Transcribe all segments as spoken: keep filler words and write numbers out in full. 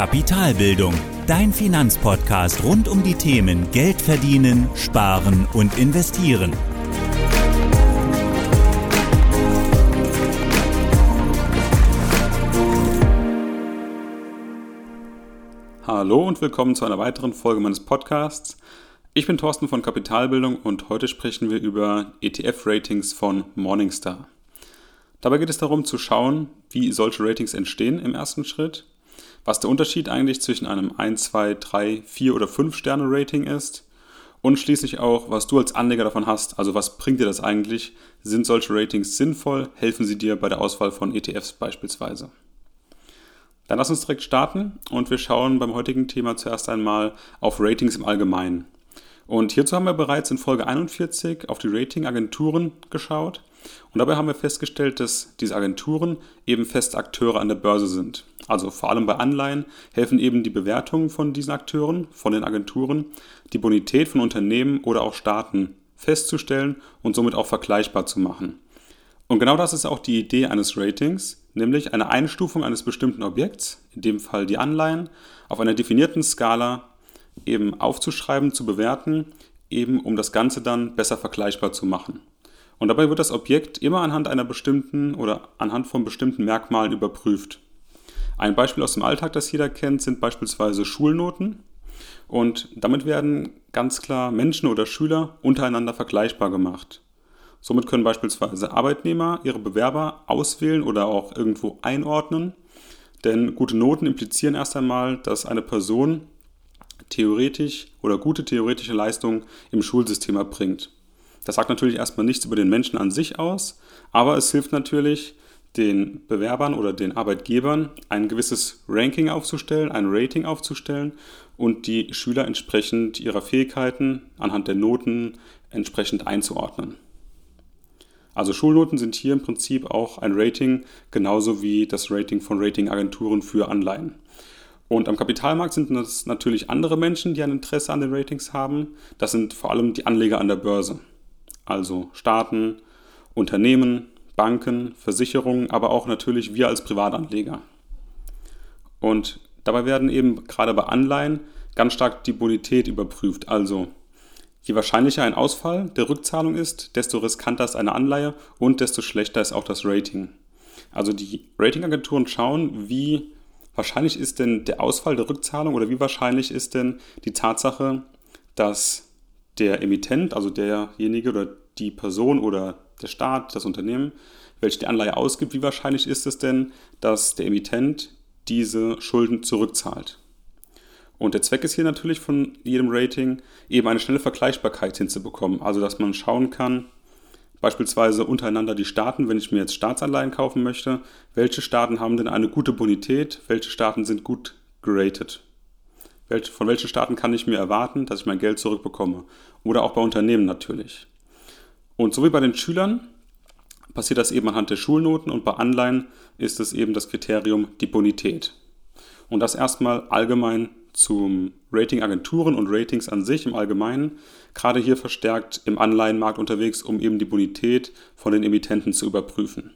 Kapitalbildung, dein Finanzpodcast rund um die Themen Geld verdienen, sparen und investieren. Hallo und willkommen zu einer weiteren Folge meines Podcasts. Ich bin Thorsten von Kapitalbildung und heute sprechen wir über E T F-Ratings von Morningstar. Dabei geht es darum zu schauen, wie solche Ratings entstehen im ersten Schritt, was der Unterschied eigentlich zwischen einem eins, zwei, drei, vier oder fünf Sterne Rating ist und schließlich auch, was du als Anleger davon hast, also was bringt dir das eigentlich, sind solche Ratings sinnvoll, helfen sie dir bei der Auswahl von E T Fs beispielsweise. Dann lass uns direkt starten und wir schauen beim heutigen Thema zuerst einmal auf Ratings im Allgemeinen. Und hierzu haben wir bereits in Folge einundvierzig auf die Ratingagenturen geschaut und dabei haben wir festgestellt, dass diese Agenturen eben feste Akteure an der Börse sind. Also vor allem bei Anleihen helfen eben die Bewertungen von diesen Akteuren, von den Agenturen, die Bonität von Unternehmen oder auch Staaten festzustellen und somit auch vergleichbar zu machen. Und genau das ist auch die Idee eines Ratings, nämlich eine Einstufung eines bestimmten Objekts, in dem Fall die Anleihen, auf einer definierten Skala eben aufzuschreiben, zu bewerten, eben um das Ganze dann besser vergleichbar zu machen. Und dabei wird das Objekt immer anhand einer bestimmten oder anhand von bestimmten Merkmalen überprüft. Ein Beispiel aus dem Alltag, das jeder kennt, sind beispielsweise Schulnoten. Und damit werden ganz klar Menschen oder Schüler untereinander vergleichbar gemacht. Somit können beispielsweise Arbeitnehmer ihre Bewerber auswählen oder auch irgendwo einordnen. Denn gute Noten implizieren erst einmal, dass eine Person theoretisch oder gute theoretische Leistungen im Schulsystem erbringt. Das sagt natürlich erstmal nichts über den Menschen an sich aus, aber es hilft natürlich den Bewerbern oder den Arbeitgebern ein gewisses Ranking aufzustellen, ein Rating aufzustellen und die Schüler entsprechend ihrer Fähigkeiten anhand der Noten entsprechend einzuordnen. Also Schulnoten sind hier im Prinzip auch ein Rating, genauso wie das Rating von Ratingagenturen für Anleihen. Und am Kapitalmarkt sind das natürlich andere Menschen, die ein Interesse an den Ratings haben. Das sind vor allem die Anleger an der Börse. Also Staaten, Unternehmen, Banken, Versicherungen, aber auch natürlich wir als Privatanleger. Und dabei werden eben gerade bei Anleihen ganz stark die Bonität überprüft. Also je wahrscheinlicher ein Ausfall der Rückzahlung ist, desto riskanter ist eine Anleihe und desto schlechter ist auch das Rating. Also die Ratingagenturen schauen, wie wahrscheinlich ist denn der Ausfall der Rückzahlung oder wie wahrscheinlich ist denn die Tatsache, dass der Emittent, also derjenige oder die Person oder der Staat, das Unternehmen, welches die Anleihe ausgibt, wie wahrscheinlich ist es denn, dass der Emittent diese Schulden zurückzahlt? Und der Zweck ist hier natürlich von jedem Rating, eben eine schnelle Vergleichbarkeit hinzubekommen. Also dass man schauen kann, beispielsweise untereinander die Staaten, wenn ich mir jetzt Staatsanleihen kaufen möchte, welche Staaten haben denn eine gute Bonität, welche Staaten sind gut geratet? Von welchen Staaten kann ich mir erwarten, dass ich mein Geld zurückbekomme? Oder auch bei Unternehmen natürlich. Und so wie bei den Schülern passiert das eben anhand der Schulnoten und bei Anleihen ist es eben das Kriterium die Bonität. Und das erstmal allgemein zum Ratingagenturen und Ratings an sich im Allgemeinen, gerade hier verstärkt im Anleihenmarkt unterwegs, um eben die Bonität von den Emittenten zu überprüfen.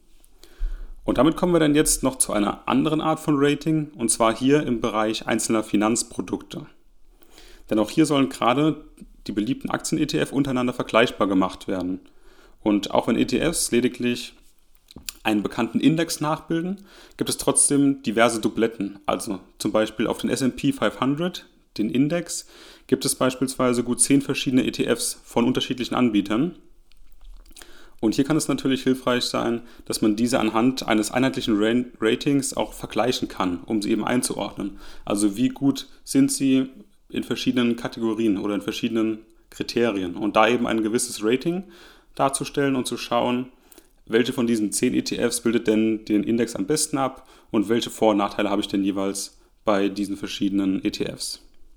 Und damit kommen wir dann jetzt noch zu einer anderen Art von Rating, und zwar hier im Bereich einzelner Finanzprodukte. Denn auch hier sollen gerade die beliebten Aktien-E T F untereinander vergleichbar gemacht werden. Und auch wenn E T Fs lediglich einen bekannten Index nachbilden, gibt es trotzdem diverse Dubletten. Also zum Beispiel auf den S and P fünfhundert, den Index, gibt es beispielsweise gut zehn verschiedene E T Fs von unterschiedlichen Anbietern. Und hier kann es natürlich hilfreich sein, dass man diese anhand eines einheitlichen Ratings auch vergleichen kann, um sie eben einzuordnen. Also wie gut sind sie in verschiedenen Kategorien oder in verschiedenen Kriterien. Und da eben ein gewisses Rating darzustellen und zu schauen, welche von diesen zehn E T Fs bildet denn den Index am besten ab und welche Vor- und Nachteile habe ich denn jeweils bei diesen verschiedenen E T Fs.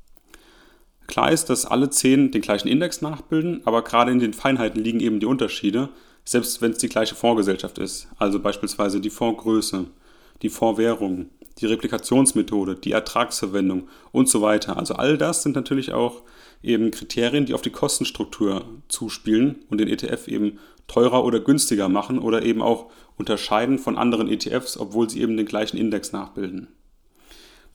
Klar ist, dass alle zehn den gleichen Index nachbilden, aber gerade in den Feinheiten liegen eben die Unterschiede, selbst wenn es die gleiche Fondsgesellschaft ist, also beispielsweise die Fondsgröße, die Fondswährung, die Replikationsmethode, die Ertragsverwendung und so weiter. Also all das sind natürlich auch eben Kriterien, die auf die Kostenstruktur zuspielen und den E T F eben teurer oder günstiger machen oder eben auch unterscheiden von anderen E T Fs, obwohl sie eben den gleichen Index nachbilden.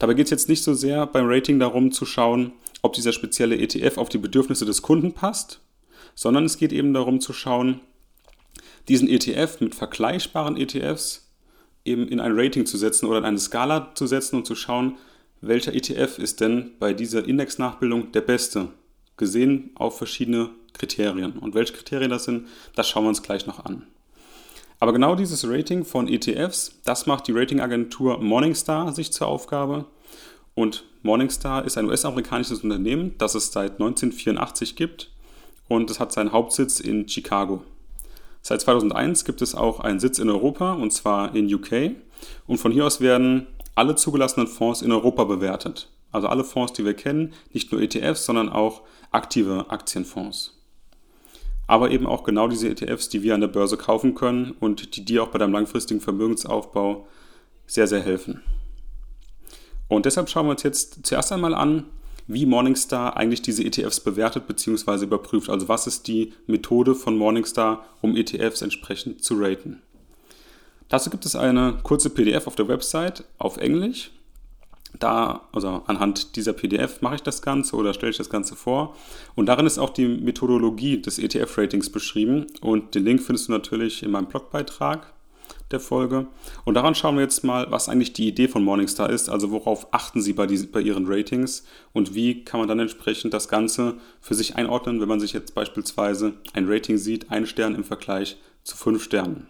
Dabei geht es jetzt nicht so sehr beim Rating darum zu schauen, ob dieser spezielle E T F auf die Bedürfnisse des Kunden passt, sondern es geht eben darum zu schauen, diesen E T F mit vergleichbaren E T Fs eben in ein Rating zu setzen oder in eine Skala zu setzen und zu schauen, welcher E T F ist denn bei dieser Indexnachbildung der beste, gesehen auf verschiedene Kriterien. Und welche Kriterien das sind, das schauen wir uns gleich noch an. Aber genau dieses Rating von E T Fs, das macht die Ratingagentur Morningstar sich zur Aufgabe. Und Morningstar ist ein U S-amerikanisches Unternehmen, das es seit neunzehnhundertvierundachtzig gibt und es hat seinen Hauptsitz in Chicago. Seit zweitausendeins gibt es auch einen Sitz in Europa, und zwar in U K. Und von hier aus werden alle zugelassenen Fonds in Europa bewertet. Also alle Fonds, die wir kennen, nicht nur E T Fs, sondern auch aktive Aktienfonds. Aber eben auch genau diese E T Fs, die wir an der Börse kaufen können und die dir auch bei deinem langfristigen Vermögensaufbau sehr, sehr helfen. Und deshalb schauen wir uns jetzt zuerst einmal an, wie Morningstar eigentlich diese E T Fs bewertet bzw. überprüft. Also was ist die Methode von Morningstar, um E T Fs entsprechend zu raten. Dazu gibt es eine kurze P D F auf der Website auf Englisch. Da, also anhand dieser P D F mache ich das Ganze oder stelle ich das Ganze vor. Und darin ist auch die Methodologie des E T F-Ratings beschrieben. Und den Link findest du natürlich in meinem Blogbeitrag der Folge. Und daran schauen wir jetzt mal, was eigentlich die Idee von Morningstar ist. Also worauf achten sie bei, die, bei ihren Ratings und wie kann man dann entsprechend das Ganze für sich einordnen, wenn man sich jetzt beispielsweise ein Rating sieht, ein Stern im Vergleich zu fünf Sternen.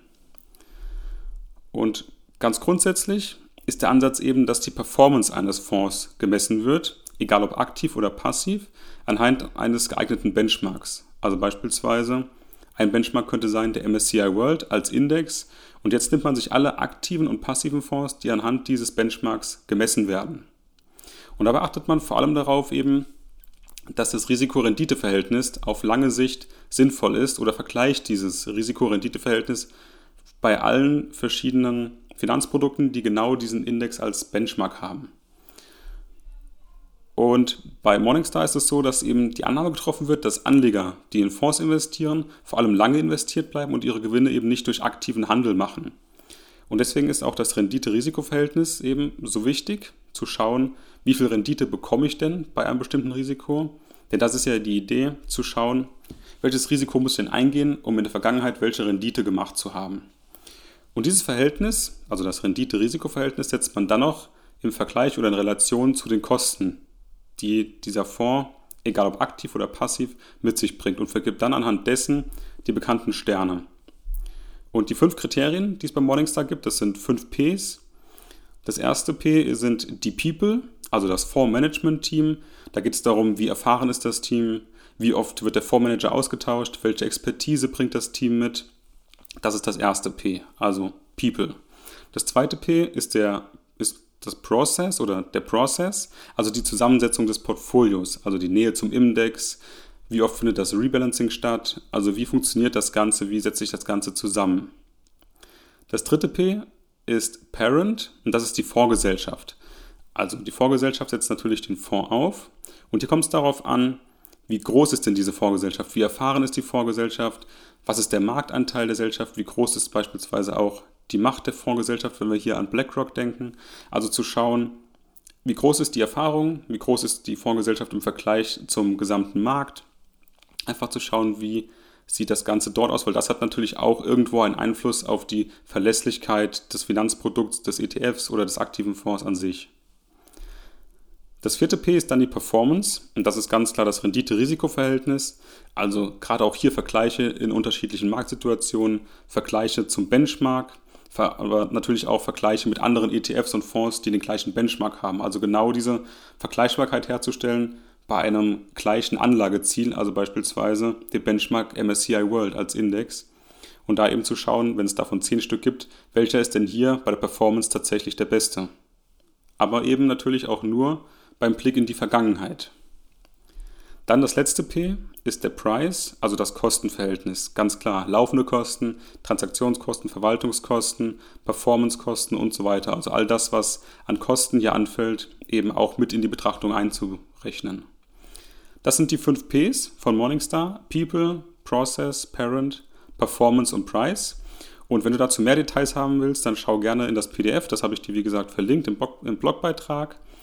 Und ganz grundsätzlich ist der Ansatz eben, dass die Performance eines Fonds gemessen wird, egal ob aktiv oder passiv, anhand eines geeigneten Benchmarks. Also beispielsweise ein Benchmark könnte sein der M S C I World als Index und jetzt nimmt man sich alle aktiven und passiven Fonds, die anhand dieses Benchmarks gemessen werden. Und dabei achtet man vor allem darauf eben, dass das Risiko-Rendite-Verhältnis auf lange Sicht sinnvoll ist oder vergleicht dieses Risiko-Rendite-Verhältnis bei allen verschiedenen Finanzprodukten, die genau diesen Index als Benchmark haben. Und bei Morningstar ist es so, dass eben die Annahme getroffen wird, dass Anleger, die in Fonds investieren, vor allem lange investiert bleiben und ihre Gewinne eben nicht durch aktiven Handel machen. Und deswegen ist auch das Rendite-Risiko-Verhältnis eben so wichtig, zu schauen, wie viel Rendite bekomme ich denn bei einem bestimmten Risiko. Denn das ist ja die Idee, zu schauen, welches Risiko muss ich denn eingehen, um in der Vergangenheit welche Rendite gemacht zu haben. Und dieses Verhältnis, also das Rendite-Risiko-Verhältnis, setzt man dann noch im Vergleich oder in Relation zu den Kosten, die dieser Fonds, egal ob aktiv oder passiv, mit sich bringt und vergibt dann anhand dessen die bekannten Sterne. Und die fünf Kriterien, die es bei Morningstar gibt, das sind fünf Ps. Das erste P sind die People, also das Fondsmanagement-Team. Da geht es darum, wie erfahren ist das Team, wie oft wird der Fondsmanager ausgetauscht, welche Expertise bringt das Team mit. Das ist das erste P, also People. Das zweite P ist der ist das Process oder der Process, also die Zusammensetzung des Portfolios, also die Nähe zum Index, wie oft findet das Rebalancing statt, also wie funktioniert das Ganze, wie setzt sich das Ganze zusammen. Das dritte P ist Parent und das ist die Fondsgesellschaft. Also die Fondsgesellschaft setzt natürlich den Fonds auf und hier kommt es darauf an, wie groß ist denn diese Fondsgesellschaft, wie erfahren ist die Fondsgesellschaft, was ist der Marktanteil der Gesellschaft, wie groß ist beispielsweise auch die Macht der Fondsgesellschaft, wenn wir hier an BlackRock denken. Also zu schauen, wie groß ist die Erfahrung, wie groß ist die Fondsgesellschaft im Vergleich zum gesamten Markt. Einfach zu schauen, wie sieht das Ganze dort aus, weil das hat natürlich auch irgendwo einen Einfluss auf die Verlässlichkeit des Finanzprodukts, des E T Fs oder des aktiven Fonds an sich. Das vierte P ist dann die Performance und das ist ganz klar das Rendite-Risiko-Verhältnis. Also gerade auch hier Vergleiche in unterschiedlichen Marktsituationen, Vergleiche zum Benchmark, aber natürlich auch Vergleiche mit anderen E T Fs und Fonds, die den gleichen Benchmark haben. Also genau diese Vergleichbarkeit herzustellen bei einem gleichen Anlageziel, also beispielsweise dem Benchmark M S C I World als Index. Und da eben zu schauen, wenn es davon zehn Stück gibt, welcher ist denn hier bei der Performance tatsächlich der beste. Aber eben natürlich auch nur beim Blick in die Vergangenheit. Dann das letzte P ist der Price, also das Kostenverhältnis. Ganz klar, laufende Kosten, Transaktionskosten, Verwaltungskosten, Performancekosten und so weiter. Also all das, was an Kosten hier anfällt, eben auch mit in die Betrachtung einzurechnen. Das sind die fünf Ps von Morningstar: People, Process, Parent, Performance und Price. Und wenn du dazu mehr Details haben willst, dann schau gerne in das P D F. Das habe ich dir, wie gesagt, verlinkt im, Blog, im Blogbeitrag.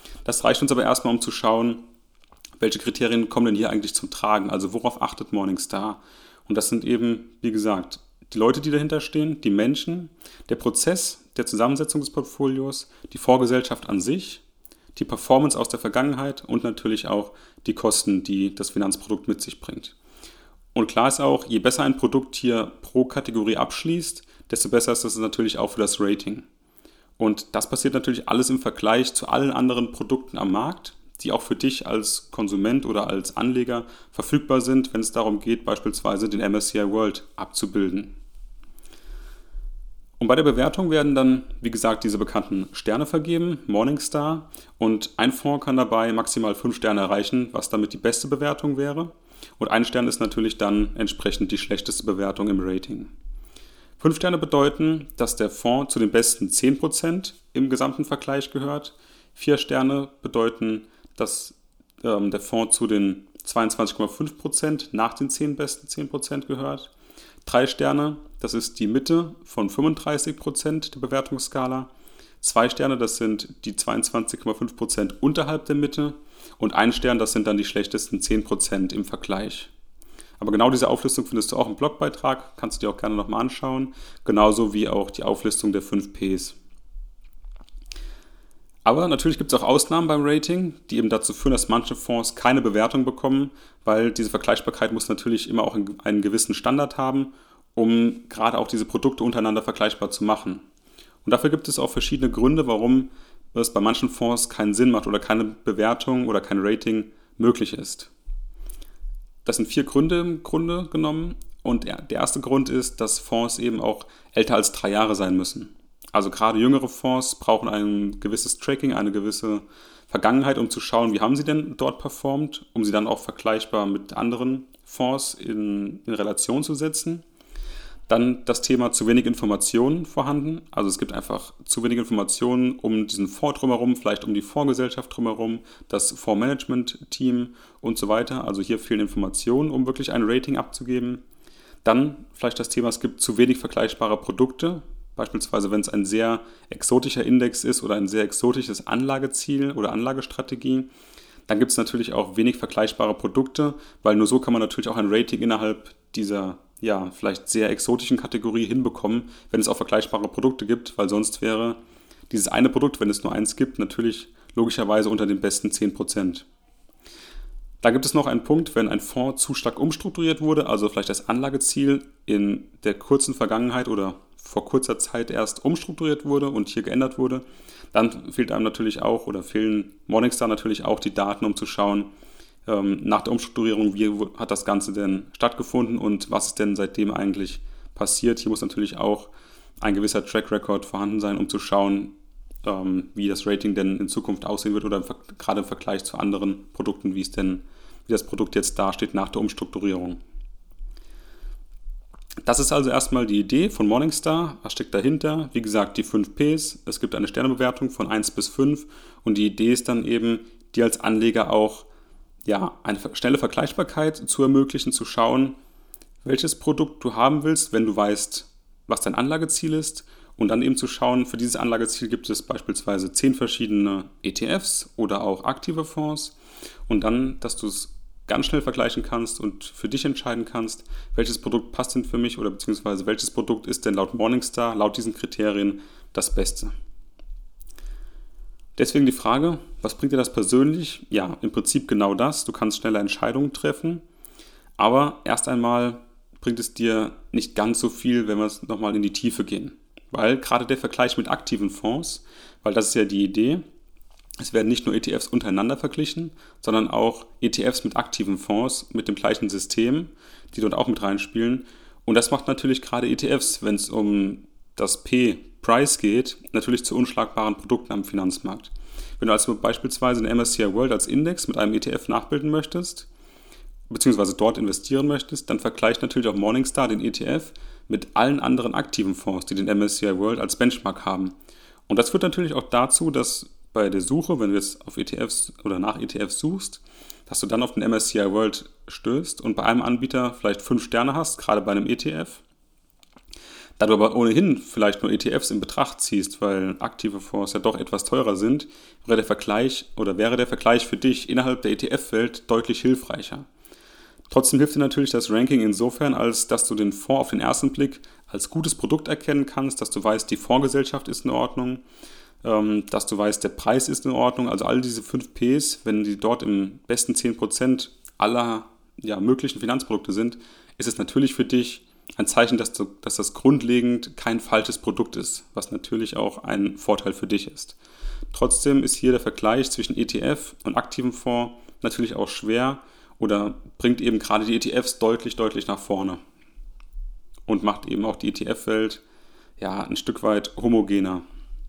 Das reicht uns aber erstmal, um zu schauen, welche Kriterien kommen denn hier eigentlich zum Tragen, also worauf achtet Morningstar? Und das sind eben, wie gesagt, die Leute, die dahinter stehen, die Menschen, der Prozess der Zusammensetzung des Portfolios, die Fondsgesellschaft an sich, die Performance aus der Vergangenheit und natürlich auch die Kosten, die das Finanzprodukt mit sich bringt. Und klar ist auch, je besser ein Produkt hier pro Kategorie abschließt, desto besser ist das natürlich auch für das Rating. Und das passiert natürlich alles im Vergleich zu allen anderen Produkten am Markt, die auch für dich als Konsument oder als Anleger verfügbar sind, wenn es darum geht, beispielsweise den M S C I World abzubilden. Und bei der Bewertung werden dann, wie gesagt, diese bekannten Sterne vergeben, Morningstar, und ein Fonds kann dabei maximal fünf Sterne erreichen, was damit die beste Bewertung wäre. Und ein Stern ist natürlich dann entsprechend die schlechteste Bewertung im Rating. Fünf Sterne bedeuten, dass der Fonds zu den besten zehn Prozent im gesamten Vergleich gehört. Vier Sterne bedeuten, dass ähm, der Fonds zu den zweiundzwanzig Komma fünf Prozent nach den zehn besten zehn Prozent gehört. Drei Sterne, das ist die Mitte von fünfunddreißig Prozent der Bewertungsskala. Zwei Sterne, das sind die zweiundzwanzig Komma fünf Prozent unterhalb der Mitte. Und ein Stern, das sind dann die schlechtesten zehn Prozent im Vergleich. Aber genau diese Auflistung findest du auch im Blogbeitrag, kannst du dir auch gerne nochmal anschauen. Genauso wie auch die Auflistung der fünf Ps. Aber natürlich gibt es auch Ausnahmen beim Rating, die eben dazu führen, dass manche Fonds keine Bewertung bekommen, weil diese Vergleichbarkeit muss natürlich immer auch einen gewissen Standard haben, um gerade auch diese Produkte untereinander vergleichbar zu machen. Und dafür gibt es auch verschiedene Gründe, warum es bei manchen Fonds keinen Sinn macht oder keine Bewertung oder kein Rating möglich ist. Das sind vier Gründe im Grunde genommen. Und der erste Grund ist, dass Fonds eben auch älter als drei Jahre sein müssen. Also gerade jüngere Fonds brauchen ein gewisses Tracking, eine gewisse Vergangenheit, um zu schauen, wie haben sie denn dort performt, um sie dann auch vergleichbar mit anderen Fonds in, in Relation zu setzen. Dann das Thema zu wenig Informationen vorhanden. Also es gibt einfach zu wenig Informationen um diesen Fonds drumherum, vielleicht um die Fondsgesellschaft drumherum, das Fondsmanagement-Team und so weiter. Also hier fehlen Informationen, um wirklich ein Rating abzugeben. Dann vielleicht das Thema, es gibt zu wenig vergleichbare Produkte. Beispielsweise, wenn es ein sehr exotischer Index ist oder ein sehr exotisches Anlageziel oder Anlagestrategie, dann gibt es natürlich auch wenig vergleichbare Produkte, weil nur so kann man natürlich auch ein Rating innerhalb dieser ja, vielleicht sehr exotischen Kategorie hinbekommen, wenn es auch vergleichbare Produkte gibt, weil sonst wäre dieses eine Produkt, wenn es nur eins gibt, natürlich logischerweise unter den besten zehn Prozent. Da gibt es noch einen Punkt, wenn ein Fonds zu stark umstrukturiert wurde, also vielleicht das Anlageziel in der kurzen Vergangenheit oder vor kurzer Zeit erst umstrukturiert wurde und hier geändert wurde, dann fehlt einem natürlich auch oder fehlen Morningstar natürlich auch die Daten, um zu schauen, ähm, nach der Umstrukturierung, wie hat das Ganze denn stattgefunden und was ist denn seitdem eigentlich passiert. Hier muss natürlich auch ein gewisser Track Record vorhanden sein, um zu schauen, ähm, wie das Rating denn in Zukunft aussehen wird oder im, gerade im Vergleich zu anderen Produkten, wie es denn, wie das Produkt jetzt dasteht nach der Umstrukturierung. Das ist also erstmal die Idee von Morningstar. Was steckt dahinter? Wie gesagt, die fünf Ps. Es gibt eine Sternebewertung von eins bis fünf und die Idee ist dann eben, dir als Anleger auch ja, eine schnelle Vergleichbarkeit zu ermöglichen, zu schauen, welches Produkt du haben willst, wenn du weißt, was dein Anlageziel ist und dann eben zu schauen, für dieses Anlageziel gibt es beispielsweise zehn verschiedene E T Fs oder auch aktive Fonds und dann, dass du es ganz schnell vergleichen kannst und für dich entscheiden kannst, welches Produkt passt denn für mich oder beziehungsweise welches Produkt ist denn laut Morningstar, laut diesen Kriterien das Beste. Deswegen die Frage, was bringt dir das persönlich? Ja, im Prinzip genau das. Du kannst schnelle Entscheidungen treffen, aber erst einmal bringt es dir nicht ganz so viel, wenn wir es nochmal in die Tiefe gehen. Weil gerade der Vergleich mit aktiven Fonds, weil das ist ja die Idee, es werden nicht nur E T Fs untereinander verglichen, sondern auch E T Fs mit aktiven Fonds mit dem gleichen System, die dort auch mit reinspielen. Und das macht natürlich gerade E T Fs, wenn es um das P-Price geht, natürlich zu unschlagbaren Produkten am Finanzmarkt. Wenn du also beispielsweise den M S C I World als Index mit einem E T F nachbilden möchtest, beziehungsweise dort investieren möchtest, dann vergleicht natürlich auch Morningstar den E T F mit allen anderen aktiven Fonds, die den M S C I World als Benchmark haben. Und das führt natürlich auch dazu, dass bei der Suche, wenn du jetzt auf E T Fs oder nach E T Fs suchst, dass du dann auf den M S C I World stößt und bei einem Anbieter vielleicht fünf Sterne hast, gerade bei einem E T F, Da du aber ohnehin vielleicht nur E T Fs in Betracht ziehst, weil aktive Fonds ja doch etwas teurer sind, wäre der Vergleich oder wäre der Vergleich für dich innerhalb der E T F-Welt deutlich hilfreicher. Trotzdem hilft dir natürlich das Ranking insofern, als dass du den Fonds auf den ersten Blick als gutes Produkt erkennen kannst, dass du weißt, die Fondsgesellschaft ist in Ordnung, ähm, dass du weißt, der Preis ist in Ordnung. Also all diese fünf Ps, wenn die dort im besten zehn Prozent aller ja, möglichen Finanzprodukte sind, ist es natürlich für dich ein Zeichen, dass, du, dass das grundlegend kein falsches Produkt ist, was natürlich auch ein Vorteil für dich ist. Trotzdem ist hier der Vergleich zwischen E T F und aktivem Fonds natürlich auch schwer oder bringt eben gerade die E T Fs deutlich, deutlich nach vorne und macht eben auch die E T F-Welt ja, ein Stück weit homogener.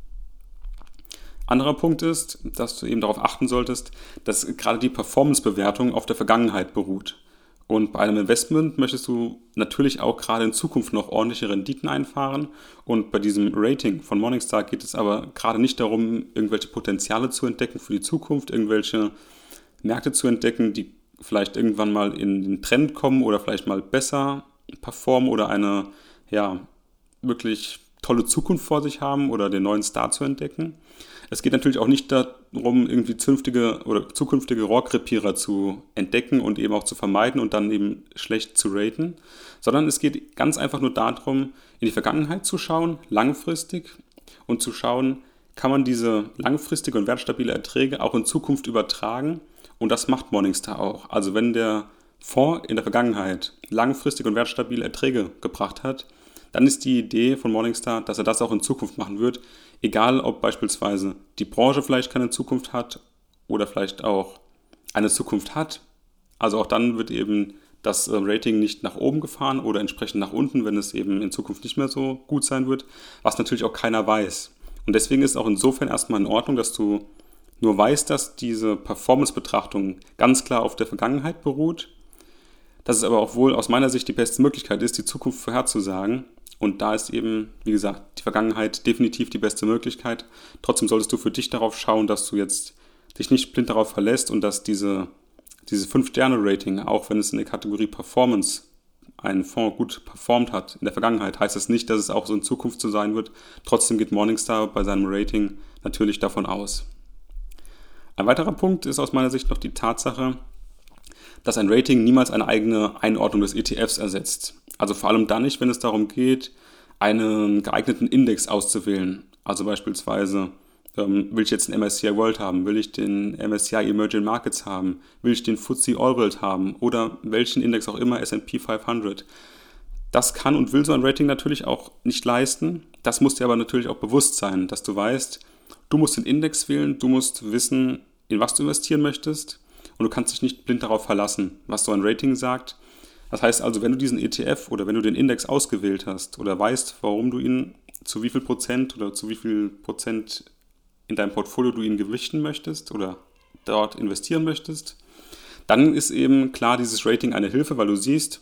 Anderer Punkt ist, dass du eben darauf achten solltest, dass gerade die Performance-Bewertung auf der Vergangenheit beruht. Und bei einem Investment möchtest du natürlich auch gerade in Zukunft noch ordentliche Renditen einfahren. Und bei diesem Rating von Morningstar geht es aber gerade nicht darum, irgendwelche Potenziale zu entdecken für die Zukunft, irgendwelche Märkte zu entdecken, die vielleicht irgendwann mal in den Trend kommen oder vielleicht mal besser performen oder eine ja, wirklich tolle Zukunft vor sich haben oder den neuen Star zu entdecken. Es geht natürlich auch nicht darum, irgendwie zünftige oder zukünftige Rohrkrepierer zu entdecken und eben auch zu vermeiden und dann eben schlecht zu raten, sondern es geht ganz einfach nur darum, in die Vergangenheit zu schauen, langfristig und zu schauen, kann man diese langfristige und wertstabile Erträge auch in Zukunft übertragen, und das macht Morningstar auch. Also wenn der Fonds in der Vergangenheit langfristig und wertstabile Erträge gebracht hat, dann ist die Idee von Morningstar, dass er das auch in Zukunft machen wird, egal ob beispielsweise die Branche vielleicht keine Zukunft hat oder vielleicht auch eine Zukunft hat. Also auch dann wird eben das Rating nicht nach oben gefahren oder entsprechend nach unten, wenn es eben in Zukunft nicht mehr so gut sein wird, was natürlich auch keiner weiß. Und deswegen ist es auch insofern erstmal in Ordnung, dass du nur weißt, dass diese Performance-Betrachtung ganz klar auf der Vergangenheit beruht, dass es aber auch wohl aus meiner Sicht die beste Möglichkeit ist, die Zukunft vorherzusagen. Und da ist eben, wie gesagt, die Vergangenheit definitiv die beste Möglichkeit. Trotzdem solltest du für dich darauf schauen, dass du jetzt dich nicht blind darauf verlässt und dass diese, dieses fünf Sterne Rating, auch wenn es in der Kategorie Performance ein Fonds gut performt hat in der Vergangenheit, heißt das nicht, dass es auch so in Zukunft so sein wird. Trotzdem geht Morningstar bei seinem Rating natürlich davon aus. Ein weiterer Punkt ist aus meiner Sicht noch die Tatsache, dass ein Rating niemals eine eigene Einordnung des E T Fs ersetzt. Also vor allem dann nicht, wenn es darum geht, einen geeigneten Index auszuwählen. Also beispielsweise, ähm, will ich jetzt den M S C I World haben, will ich den M S C I Emerging Markets haben, will ich den F T S E All World haben oder welchen Index auch immer, S and P fünfhundert. Das kann und will so ein Rating natürlich auch nicht leisten. Das muss dir aber natürlich auch bewusst sein, dass du weißt, du musst den Index wählen, du musst wissen, in was du investieren möchtest. Und du kannst dich nicht blind darauf verlassen, was so ein Rating sagt. Das heißt also, wenn du diesen E T F oder wenn du den Index ausgewählt hast oder weißt, warum du ihn zu wie viel Prozent oder zu wie viel Prozent in deinem Portfolio du ihn gewichten möchtest oder dort investieren möchtest, dann ist eben klar dieses Rating eine Hilfe, weil du siehst,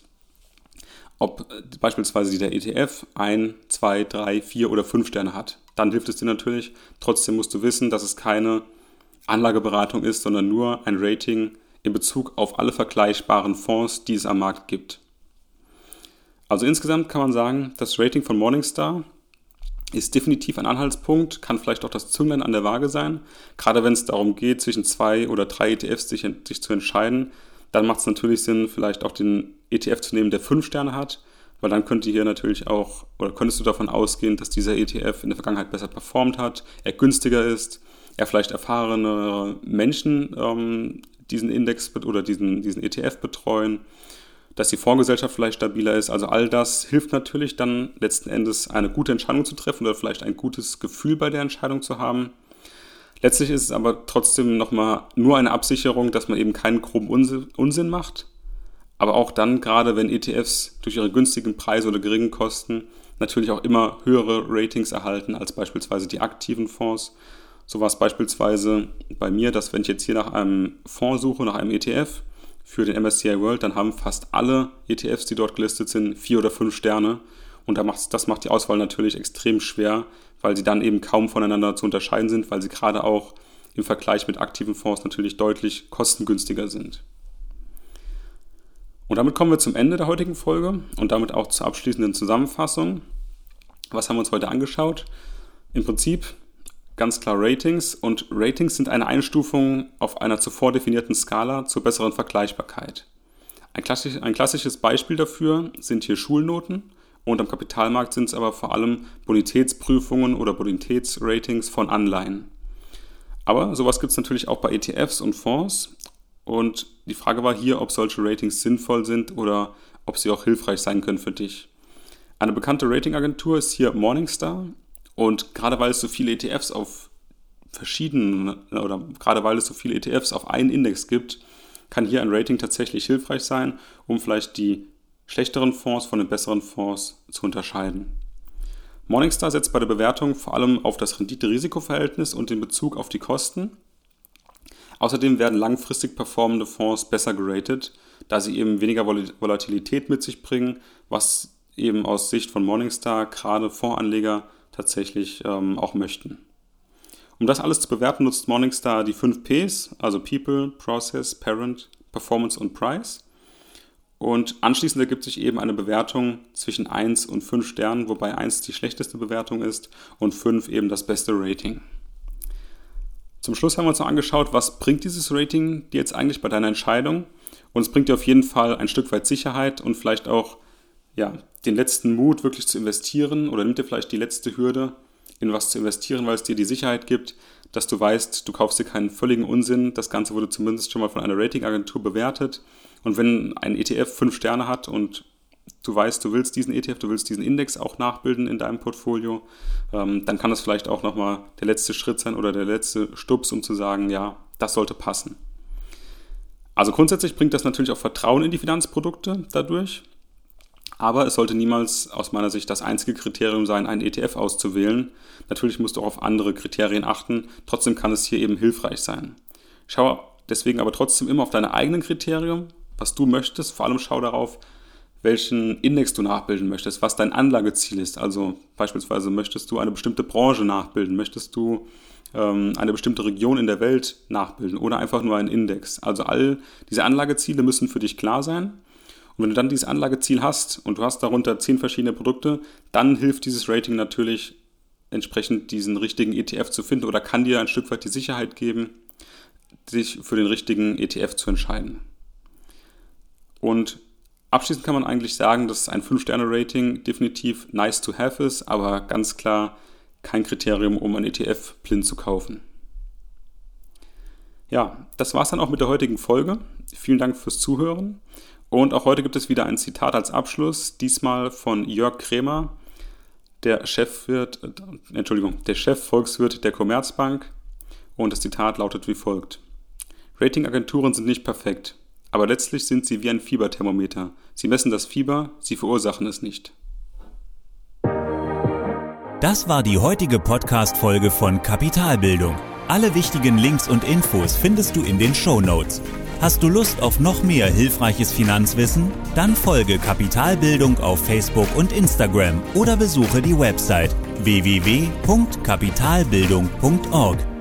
ob beispielsweise der E T F ein, zwei, drei, vier oder fünf Sterne hat. Dann hilft es dir natürlich. Trotzdem musst du wissen, dass es keine Anlageberatung ist, sondern nur ein Rating in Bezug auf alle vergleichbaren Fonds, die es am Markt gibt. Also insgesamt kann man sagen, das Rating von Morningstar ist definitiv ein Anhaltspunkt, kann vielleicht auch das Zünglein an der Waage sein. Gerade wenn es darum geht, zwischen zwei oder drei E T Fs sich, sich zu entscheiden, dann macht es natürlich Sinn, vielleicht auch den E T F zu nehmen, der fünf Sterne hat, weil dann könnte hier natürlich auch, oder könntest du davon ausgehen, dass dieser E T F in der Vergangenheit besser performt hat, er günstiger ist, er vielleicht erfahrene Menschen ähm, diesen Index oder diesen, diesen E T F betreuen, dass die Fondsgesellschaft vielleicht stabiler ist. Also all das hilft natürlich dann letzten Endes eine gute Entscheidung zu treffen oder vielleicht ein gutes Gefühl bei der Entscheidung zu haben. Letztlich ist es aber trotzdem nochmal nur eine Absicherung, dass man eben keinen groben Unsinn macht. Aber auch dann, gerade wenn E T Fs durch ihre günstigen Preise oder geringen Kosten natürlich auch immer höhere Ratings erhalten als beispielsweise die aktiven Fonds. So war es beispielsweise bei mir, dass wenn ich jetzt hier nach einem Fonds suche, nach einem E T F für den M S C I World, dann haben fast alle E T Fs, die dort gelistet sind, vier oder fünf Sterne. Und das macht die Auswahl natürlich extrem schwer, weil sie dann eben kaum voneinander zu unterscheiden sind, weil sie gerade auch im Vergleich mit aktiven Fonds natürlich deutlich kostengünstiger sind. Und damit kommen wir zum Ende der heutigen Folge und damit auch zur abschließenden Zusammenfassung. Was haben wir uns heute angeschaut? Im Prinzip ganz klar Ratings, und Ratings sind eine Einstufung auf einer zuvor definierten Skala zur besseren Vergleichbarkeit. Ein, klassisch, ein klassisches Beispiel dafür sind hier Schulnoten, und am Kapitalmarkt sind es aber vor allem Bonitätsprüfungen oder Bonitätsratings von Anleihen. Aber sowas gibt es natürlich auch bei E T Fs und Fonds, und die Frage war hier, ob solche Ratings sinnvoll sind oder ob sie auch hilfreich sein können für dich. Eine bekannte Ratingagentur ist hier Morningstar. Und gerade weil es so viele E T Fs auf verschiedenen, oder gerade weil es so viele E T Fs auf einen Index gibt, kann hier ein Rating tatsächlich hilfreich sein, um vielleicht die schlechteren Fonds von den besseren Fonds zu unterscheiden. Morningstar setzt bei der Bewertung vor allem auf das Rendite-Risiko-Verhältnis und den Bezug auf die Kosten. Außerdem werden langfristig performende Fonds besser geratet, da sie eben weniger Volatilität mit sich bringen, was eben aus Sicht von Morningstar gerade Fondsanleger tatsächlich ähm, auch möchten. Um das alles zu bewerten, nutzt Morningstar die fünf Ps, also People, Process, Parent, Performance und Price. Und anschließend ergibt sich eben eine Bewertung zwischen eins und fünf Sternen, wobei eins die schlechteste Bewertung ist und fünf eben das beste Rating. Zum Schluss haben wir uns noch angeschaut, was bringt dieses Rating dir jetzt eigentlich bei deiner Entscheidung? Und es bringt dir auf jeden Fall ein Stück weit Sicherheit und vielleicht auch ja, den letzten Mut, wirklich zu investieren, oder nimmt dir vielleicht die letzte Hürde, in was zu investieren, weil es dir die Sicherheit gibt, dass du weißt, du kaufst dir keinen völligen Unsinn. Das Ganze wurde zumindest schon mal von einer Ratingagentur bewertet. Und wenn ein E T F fünf Sterne hat und du weißt, du willst diesen E T F, du willst diesen Index auch nachbilden in deinem Portfolio, ähm, dann kann das vielleicht auch nochmal der letzte Schritt sein oder der letzte Stups, um zu sagen, ja, das sollte passen. Also grundsätzlich bringt das natürlich auch Vertrauen in die Finanzprodukte dadurch. Aber es sollte niemals aus meiner Sicht das einzige Kriterium sein, einen E T F auszuwählen. Natürlich musst du auch auf andere Kriterien achten. Trotzdem kann es hier eben hilfreich sein. Schau deswegen aber trotzdem immer auf deine eigenen Kriterien, was du möchtest. Vor allem schau darauf, welchen Index du nachbilden möchtest, was dein Anlageziel ist. Also beispielsweise möchtest du eine bestimmte Branche nachbilden, möchtest du ähm, eine bestimmte Region in der Welt nachbilden oder einfach nur einen Index. Also all diese Anlageziele müssen für dich klar sein. Und wenn du dann dieses Anlageziel hast und du hast darunter zehn verschiedene Produkte, dann hilft dieses Rating natürlich entsprechend diesen richtigen E T F zu finden oder kann dir ein Stück weit die Sicherheit geben, sich für den richtigen E T F zu entscheiden. Und abschließend kann man eigentlich sagen, dass ein fünf Sterne Rating definitiv nice to have ist, aber ganz klar kein Kriterium, um ein E T F blind zu kaufen. Ja, das war's dann auch mit der heutigen Folge. Vielen Dank fürs Zuhören. Und auch heute gibt es wieder ein Zitat als Abschluss, diesmal von Jörg Krämer, der Chefwirt, äh, Entschuldigung, der Chefvolkswirt der Commerzbank. Und das Zitat lautet wie folgt: Ratingagenturen sind nicht perfekt, aber letztlich sind sie wie ein Fieberthermometer. Sie messen das Fieber, sie verursachen es nicht. Das war die heutige Podcast-Folge von Kapitalbildung. Alle wichtigen Links und Infos findest du in den Shownotes. Hast du Lust auf noch mehr hilfreiches Finanzwissen? Dann folge Kapitalbildung auf Facebook und Instagram oder besuche die Website w w w punkt kapitalbildung punkt org.